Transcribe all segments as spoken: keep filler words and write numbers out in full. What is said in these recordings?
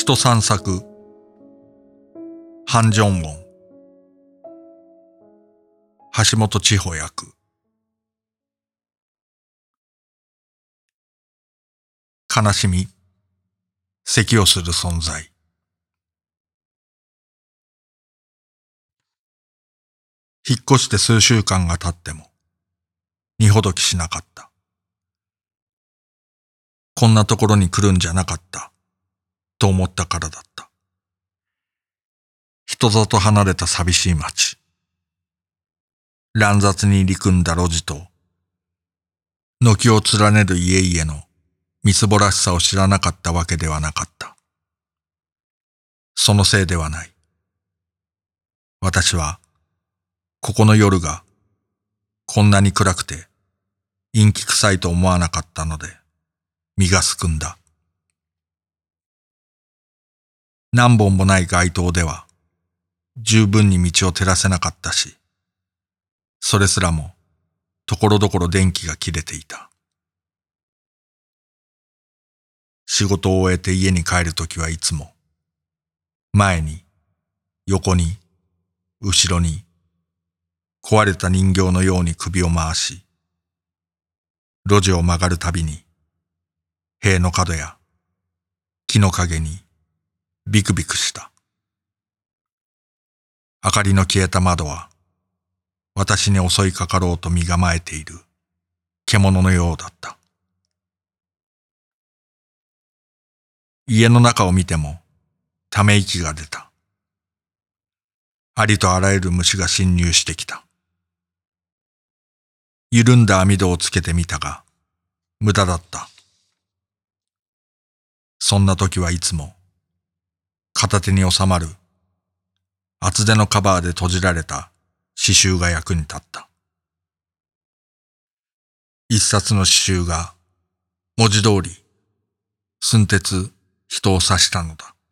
人散策、ハンジョンウォン、橋本千穂役。悲しみ、咳をする存在。引っ越して数週間が経っても、荷ほどきしなかった。こんなところに来るんじゃなかった、と思ったからだった。人里離れた寂しい町。乱雑に入り組んだ路地と、軒を連ねる家々のみすぼらしさを知らなかったわけではなかった。そのせいではない。私は、ここの夜が、こんなに暗くて、陰気臭いと思わなかったので、身がすくんだ。何本もない街灯では、十分に道を照らせなかったし、それすらも、ところどころ電気が切れていた。仕事を終えて家に帰るときはいつも、前に、横に、後ろに、壊れた人形のように首を回し、路地を曲がるたびに、塀の角や木の陰にビクビクした。明かりの消えた窓は、私に襲いかかろうと身構えている獣のようだった。家の中を見ても、ため息が出た。ありとあらゆる虫が侵入してきた。緩んだ網戸をつけてみたが、無駄だった。そんな時はいつも、片手に収まる、厚手のカバーで閉じられた詩集が役に立った。一冊の詩集が、文字通り、寸鉄、人を指したのだ。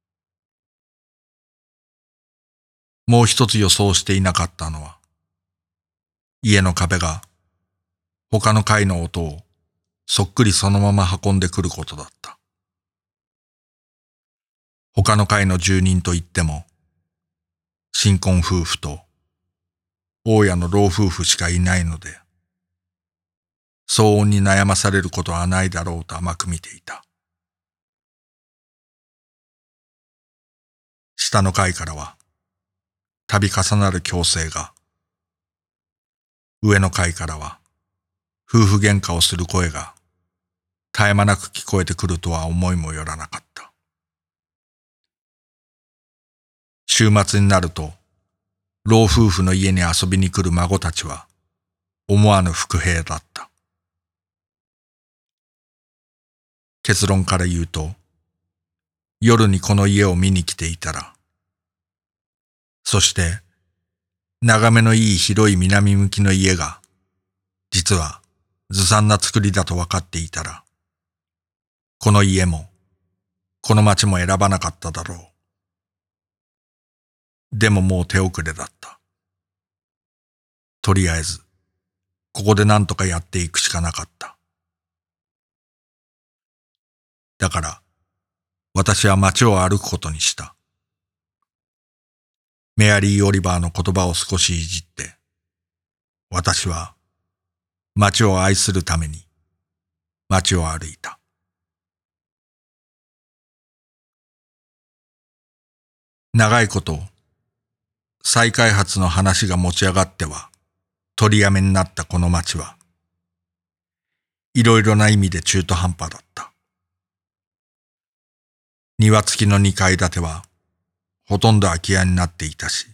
もう一つ予想していなかったのは、家の壁が、他の階の音を、そっくりそのまま運んでくることだった。他の階の住人といっても、新婚夫婦と、大家の老夫婦しかいないので、騒音に悩まされることはないだろうと甘く見ていた。下の階からは、度重なる強制が、上の階からは、夫婦喧嘩をする声が、絶え間なく聞こえてくるとは思いもよらなかった。週末になると、老夫婦の家に遊びに来る孫たちは、思わぬ伏兵だった。結論から言うと、夜にこの家を見に来ていたら、そして、眺めのいい広い南向きの家が、実はずさんな作りだと分かっていたら、この家も、この町も選ばなかっただろう。でももう手遅れだった。とりあえず、ここで何とかやっていくしかなかった。だから、私は街を歩くことにした。メアリー・オリバーの言葉を少しいじって、私は街を愛するために街を歩いた。長いこと再開発の話が持ち上がっては取りやめになったこの街は、いろいろな意味で中途半端だった。庭付きの二階建てはほとんど空き家になっていたし、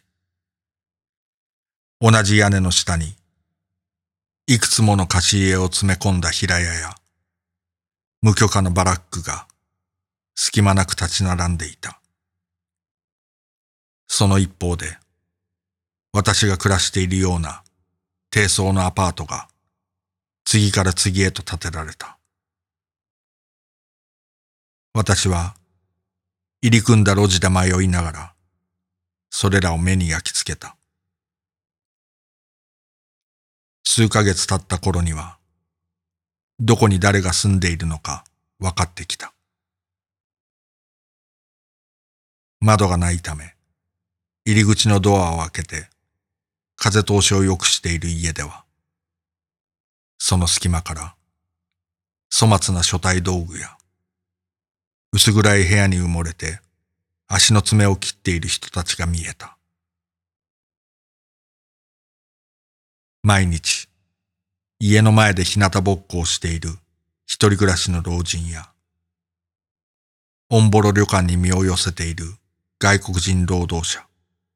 同じ屋根の下にいくつもの貸し家を詰め込んだ平屋や無許可のバラックが隙間なく立ち並んでいた。その一方で、私が暮らしているような低層のアパートが次から次へと建てられた。私は入り組んだ路地で迷いながら、それらを目に焼き付けた。数ヶ月経った頃には、どこに誰が住んでいるのか分かってきた。 窓がないため、入り口のドアを開けて風通しを良くしている家では、その隙間から粗末な書体道具や薄暗い部屋に埋もれて足の爪を切っている人たちが見えた。毎日家の前で日向ぼっこをしている一人暮らしの老人や、オンボロ旅館に身を寄せている外国人労働者。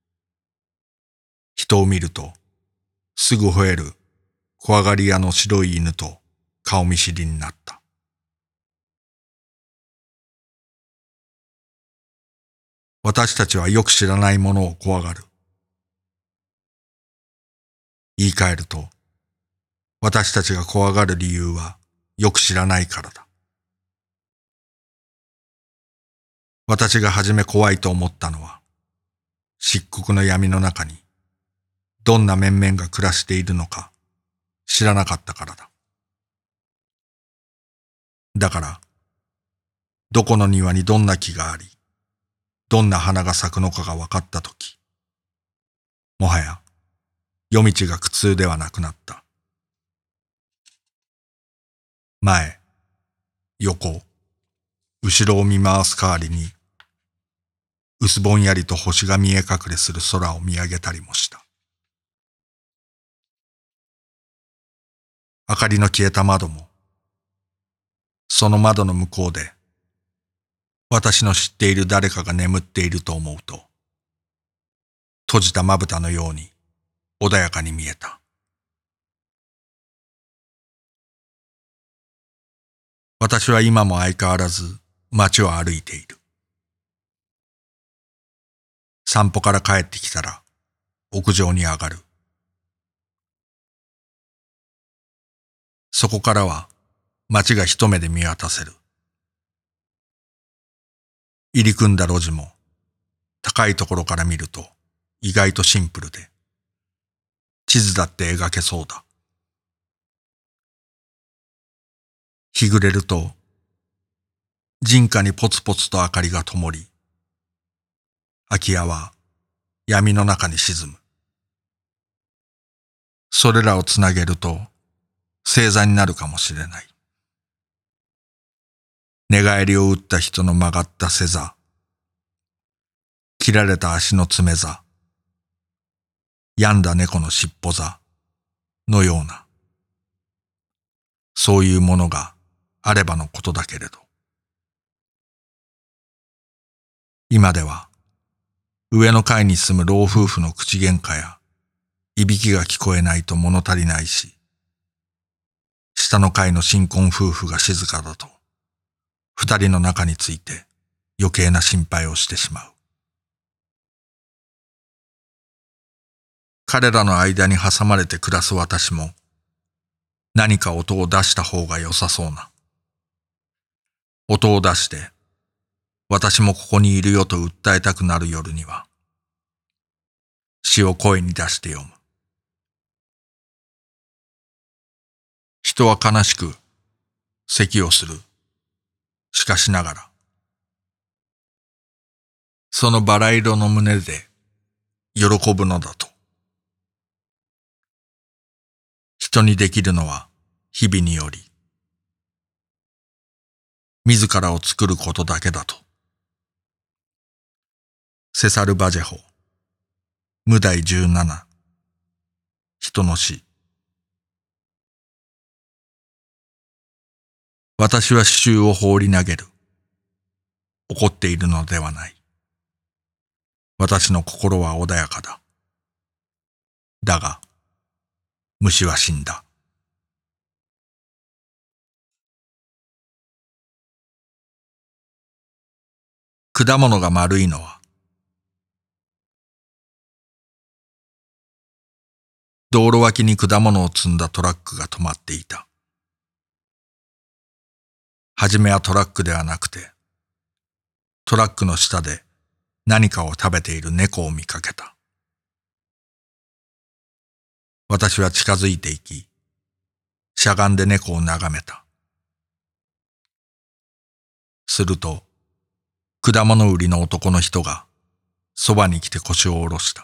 人を見るとすぐ吠える怖がり屋の白い犬と顔見知りになった。私たちはよく知らないものを怖がる。言い換えると、私たちが怖がる理由はよく知らないからだ。私が初め怖いと思ったのは、漆黒の闇の中にどんな面々が暮らしているのか知らなかったからだ。だから、どこの庭にどんな木があり、どんな花が咲くのかが分かったとき、もはや夜道が苦痛ではなくなった。前、横、後ろを見回す代わりに、薄ぼんやりと星が見え隠れする空を見上げたりもした。明かりの消えた窓も、その窓の向こうで、私の知っている誰かが眠っていると思うと、閉じたまぶたのように穏やかに見えた。私は今も相変わらず街を歩いている。散歩から帰ってきたら屋上に上がる。そこからは街が一目で見渡せる。入り組んだ路地も高いところから見ると意外とシンプルで、地図だって描けそうだ。日暮れると人家にポツポツと明かりが灯り、空き家は闇の中に沈む。それらをつなげると星座になるかもしれない。寝返りを打った人の曲がった背座、切られた足の爪座、病んだ猫の尻尾座のような、そういうものがあればのことだけれど、今では上の階に住む老夫婦の口喧嘩やいびきが聞こえないと物足りないし、下の階の新婚夫婦が静かだと二人の仲について余計な心配をしてしまう。彼らの間に挟まれて暮らす私も、何か音を出した方が良さそうな。音を出して、私もここにいるよと訴えたくなる夜には、詩を声に出して読む。人は悲しく、咳をする。しかしながら、そのバラ色の胸で喜ぶのだと。人にできるのは日々により、自らを作ることだけだと。セサル・バジェホ、無題じゅうなな、人の死。私は詩集を放り投げる。怒っているのではない。私の心は穏やかだ。だが、虫は死んだ。果物が丸いのは、道路脇に果物を積んだトラックが止まっていた。はじめはトラックではなくて、トラックの下で何かを食べている猫を見かけた。私は近づいていき、しゃがんで猫を眺めた。すると、果物売りの男の人がそばに来て腰を下ろした。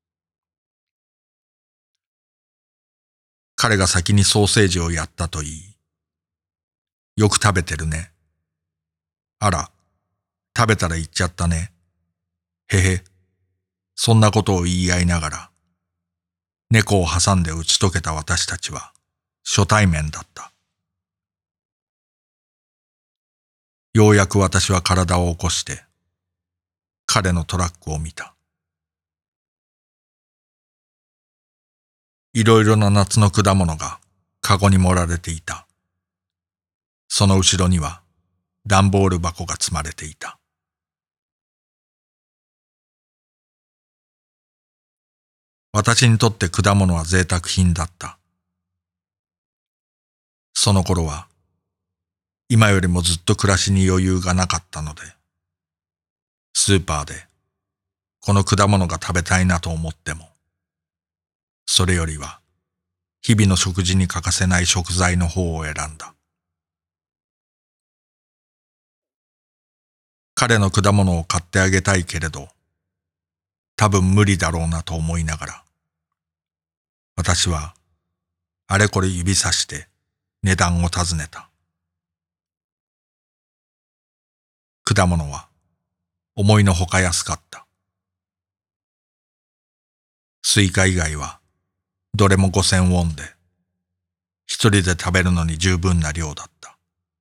彼が先にソーセージをやったと言い、よく食べてるね。あら、食べたら言っちゃったね。へへ、そんなことを言い合いながら、猫を挟んで打ち解けた私たちは初対面だった。ようやく私は体を起こして、彼のトラックを見た。いろいろな夏の果物がカゴに盛られていた。その後ろには段ボール箱が積まれていた。私にとって果物は贅沢品だった。その頃は今よりもずっと暮らしに余裕がなかったので、スーパーでこの果物が食べたいなと思っても、それよりは日々の食事に欠かせない食材の方を選んだ。彼の果物を買ってあげたいけれど、多分無理だろうなと思いながら、私はあれこれ指さして値段を尋ねた。果物は思いのほか安かった。スイカ以外はどれもごせんウォンで、一人で食べるのに十分な量だった。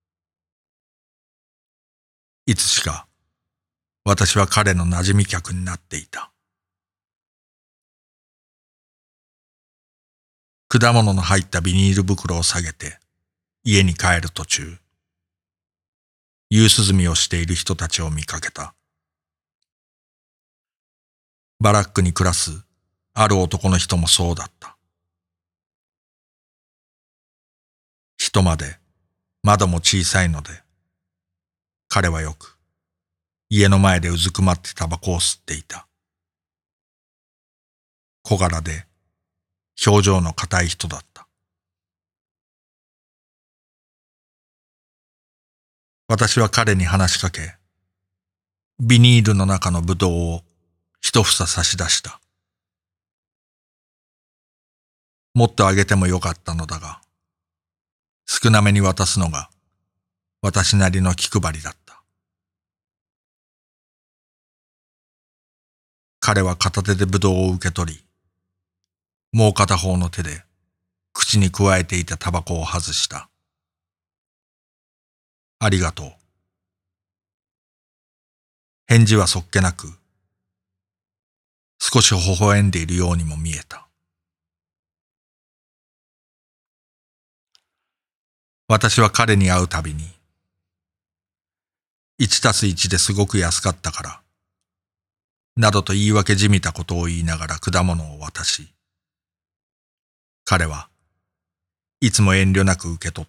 いつしか私は彼の馴染み客になっていた。果物の入ったビニール袋を下げて家に帰る途中、夕涼みをしている人たちを見かけた。バラックに暮らすある男の人もそうだった。人まで窓も小さいので、彼はよく家の前でうずくまってタバコを吸っていた。小柄で表情の硬い人だった。私は彼に話しかけ、ビニールの中のブドウを一房差し出した。もっとあげてもよかったのだが、少なめに渡すのが私なりの気配りだった。彼は片手でブドウを受け取り、もう片方の手で口にくわえていたタバコを外した。ありがとう。返事はそっけなく、少し微笑んでいるようにも見えた。私は彼に会うたびに、いちたすいちですごく安かったから、などと言い訳じみたことを言いながら果物を渡し、彼はいつも遠慮なく受け取った。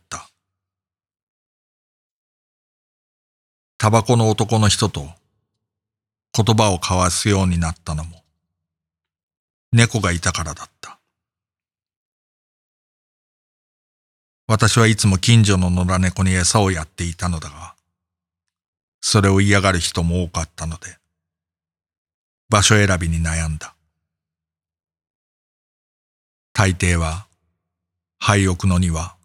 タバコの男の人と言葉を交わすようになったのも、猫がいたからだった。私はいつも近所の野良猫に餌をやっていたのだが、それを嫌がる人も多かったので、場所選びに悩んだ。大抵は廃屋の庭、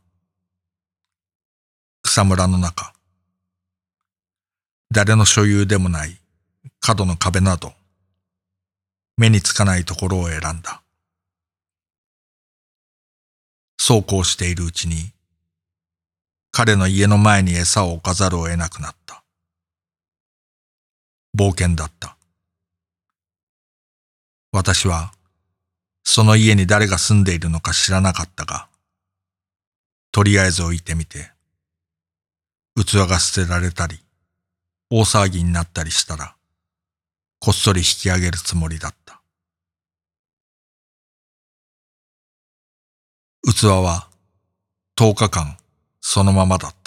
草むらの中、誰の所有でもない角の壁など、目につかないところを選んだ。そうこうしているうちに、彼の家の前に餌を置かざるを得なくなった。冒険だった。私は、その家に誰が住んでいるのか知らなかったが、とりあえず置いてみて、器が捨てられたり、大騒ぎになったりしたら、こっそり引き上げるつもりだった。器は、とおかかん、そのままだった。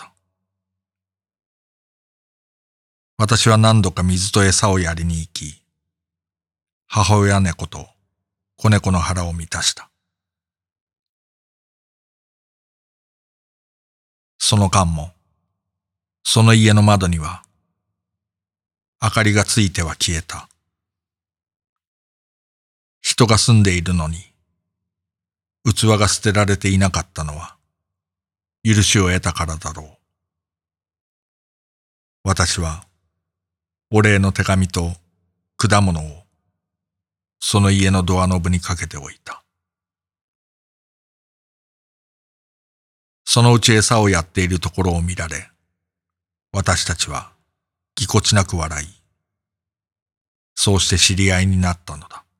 私は何度か水と餌をやりに行き、母親猫と子猫の腹を満たした。その間も、その家の窓には、明かりがついては消えた。 人が住んでいるのに、器が捨てられていなかったのは、許しを得たからだろう。私は、お礼の手紙と果物を、その家のドアノブにかけておいた。そのうち餌をやっているところを見られ、私たちはぎこちなく笑い、そうして知り合いになったのだ。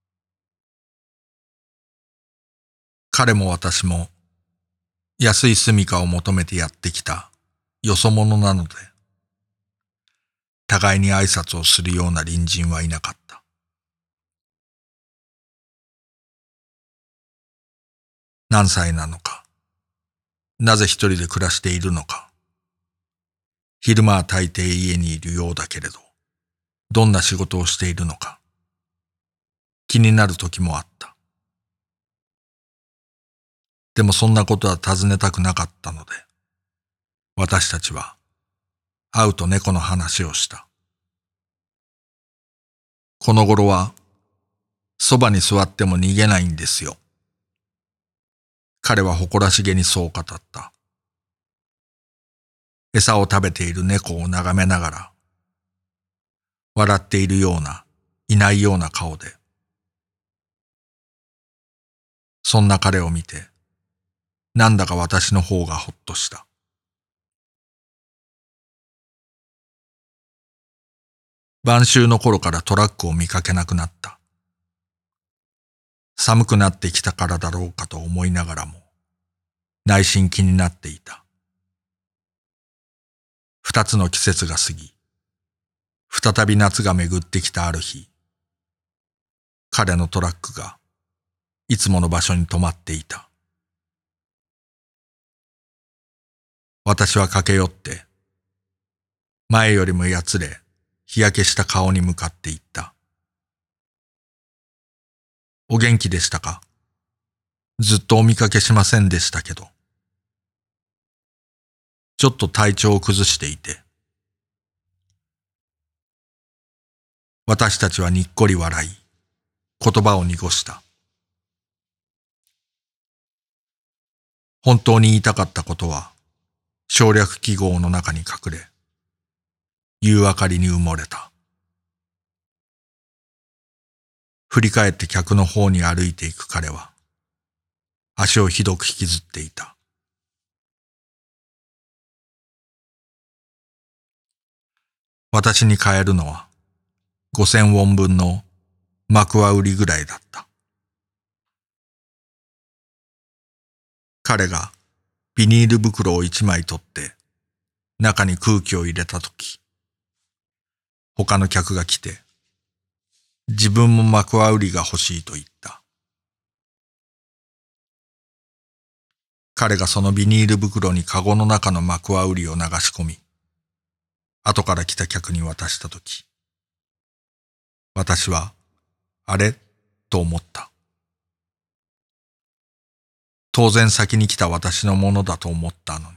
彼も私も安い住処を求めてやってきたよそ者なので、互いに挨拶をするような隣人はいなかった。何歳なのか、なぜ一人で暮らしているのか、昼間は大抵家にいるようだけれど、どんな仕事をしているのか、気になる時もあった。でもそんなことは尋ねたくなかったので、私たちは会うと猫の話をした。この頃は、そばに座っても逃げないんですよ。彼は誇らしげにそう語った。餌を食べている猫を眺めながら、笑っているような、いないような顔で。そんな彼を見て、なんだか私の方がほっとした。晩秋の頃からトラックを見かけなくなった。寒くなってきたからだろうかと思いながらも、内心気になっていた。二つの季節が過ぎ、再び夏が巡ってきたある日、彼のトラックがいつもの場所に止まっていた。私は駆け寄って、前よりもやつれ、日焼けした顔に向かっていった。お元気でしたか？ずっとお見かけしませんでしたけど。ちょっと体調を崩していて。私たちはにっこり笑い、言葉を濁した。本当に言いたかったことは、省略記号の中に隠れ、夕明かりに埋もれた。振り返って客の方に歩いていく彼は、足をひどく引きずっていた。私に買えるのは、五千ウォン分の幕輪売りぐらいだった。彼がビニール袋を一枚取って、中に空気を入れたとき、他の客が来て、自分も幕輪売りが欲しいと言った。彼がそのビニール袋にカゴの中の幕輪売りを流し込み、後から来た客に渡したとき、私は、あれと思った。当然先に来た私のものだと思ったのに。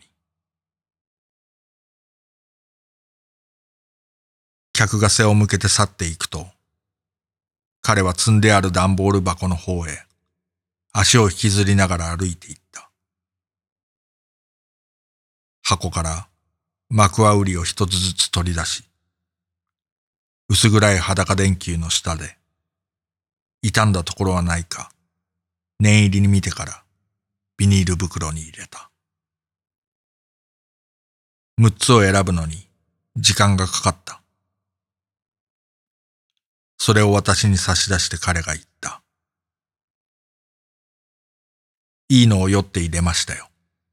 客が背を向けて去っていくと、彼は積んである段ボール箱の方へ、足を引きずりながら歩いていった。箱から幕輪売りを一つずつ取り出し、薄暗い裸電球の下で、傷んだところはないか、念入りに見てからビニール袋に入れた。六つを選ぶのに時間がかかった。それを私に差し出して彼が言った。いいのを酔って入れましたよ。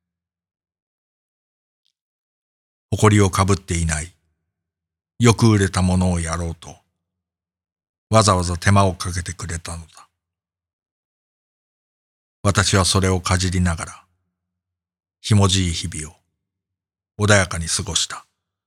埃をかぶっていない、よく売れたものをやろうと、わざわざ手間をかけてくれたのだ。私はそれをかじりながら、ひもじい日々を穏やかに過ごした。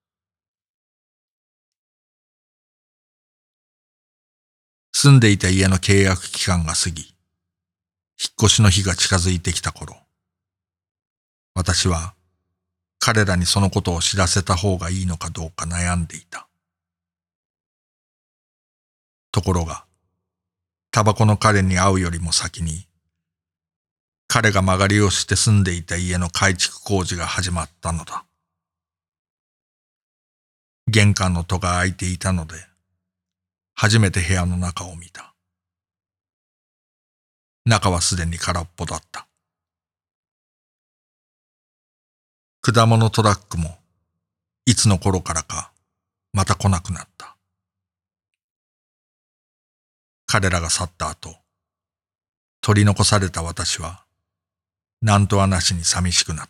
住んでいた家の契約期間が過ぎ、引っ越しの日が近づいてきた頃、私は彼らにそのことを知らせた方がいいのかどうか悩んでいた。ところが、 タバコの彼に会うよりも先に、彼が間借りをして住んでいた家の改築工事が始まったのだ。玄関の戸が開いていたので、初めて部屋の中を見た。中はすでに空っぽだった。果物トラックも、いつの頃からか、また来なくなった。彼らが去った後、取り残された私は、なんとはなしに寂しくなった。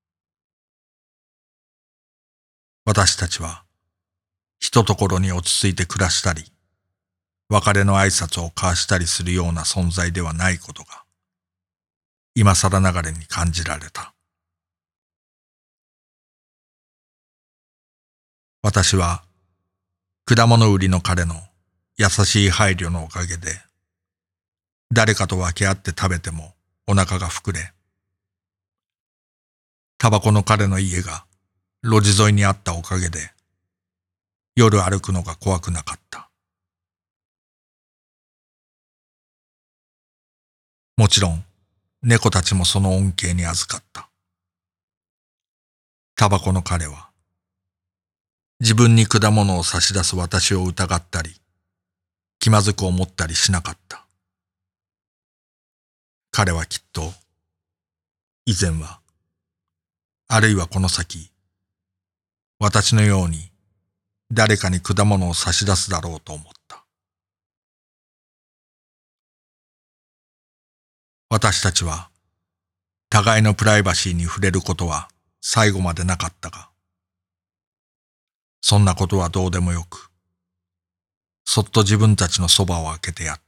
私たちは、ひとところに落ち着いて暮らしたり、別れの挨拶を交わしたりするような存在ではないことが、今更ながらに感じられた。私は、果物売りの彼の優しい配慮のおかげで、誰かと分け合って食べてもお腹が膨れ、タバコの彼の家が路地沿いにあったおかげで、夜歩くのが怖くなかった。もちろん、猫たちもその恩恵に預かった。タバコの彼は、自分に果物を差し出す私を疑ったり、気まずく思ったりしなかった。彼はきっと、以前は、あるいはこの先、私のように誰かに果物を差し出すだろうと思った。私たちは、互いのプライバシーに触れることは最後までなかったが、そんなことはどうでもよく、そっと自分たちのそばを開けてやった。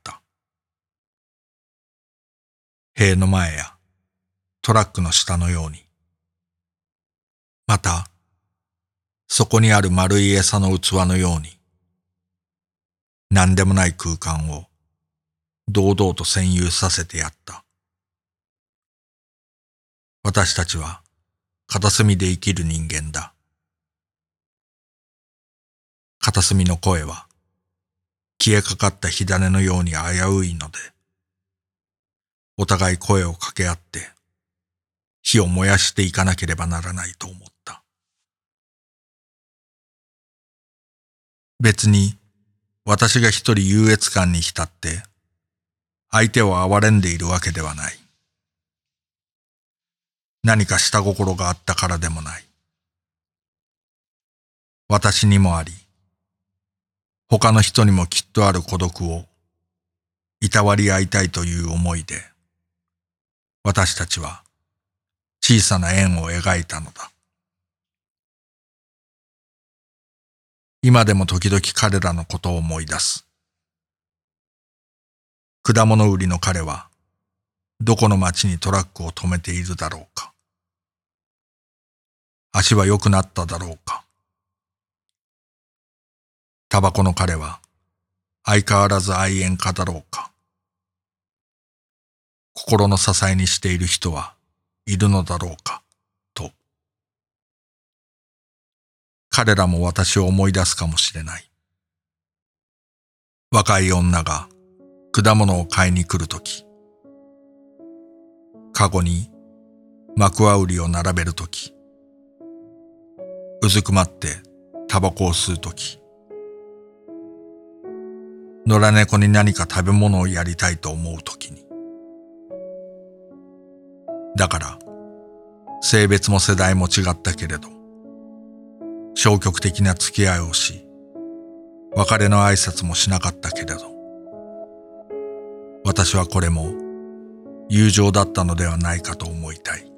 塀の前やトラックの下のように、また、そこにある丸い餌の器のように、何でもない空間を堂々と占有させてやった。私たちは片隅で生きる人間だ。片隅の声は消えかかった火種のように危ういので、お互い声を掛け合って火を燃やしていかなければならないと思った。別に私が一人優越感に浸って相手を憐れんでいるわけではない。何か下心があったからでもない。私にもあり、他の人にもきっとある孤独をいたわり合いたいという思いで、私たちは小さな円を描いたのだ。今でも時々彼らのことを思い出す。果物売りの彼は、どこの町にトラックを止めているだろうか。足は良くなっただろうか。タバコの彼は、相変わらず愛煙家だろうか。心の支えにしている人はいるのだろうか、と。彼らも私を思い出すかもしれない。若い女が果物を買いに来るとき、カゴにマクワウリを並べるとき、うずくまってタバコを吸うとき、野良猫に何か食べ物をやりたいと思うときに。だから、性別も世代も違ったけれど、消極的な付き合いをし、別れの挨拶もしなかったけれど、私はこれも友情だったのではないかと思いたい。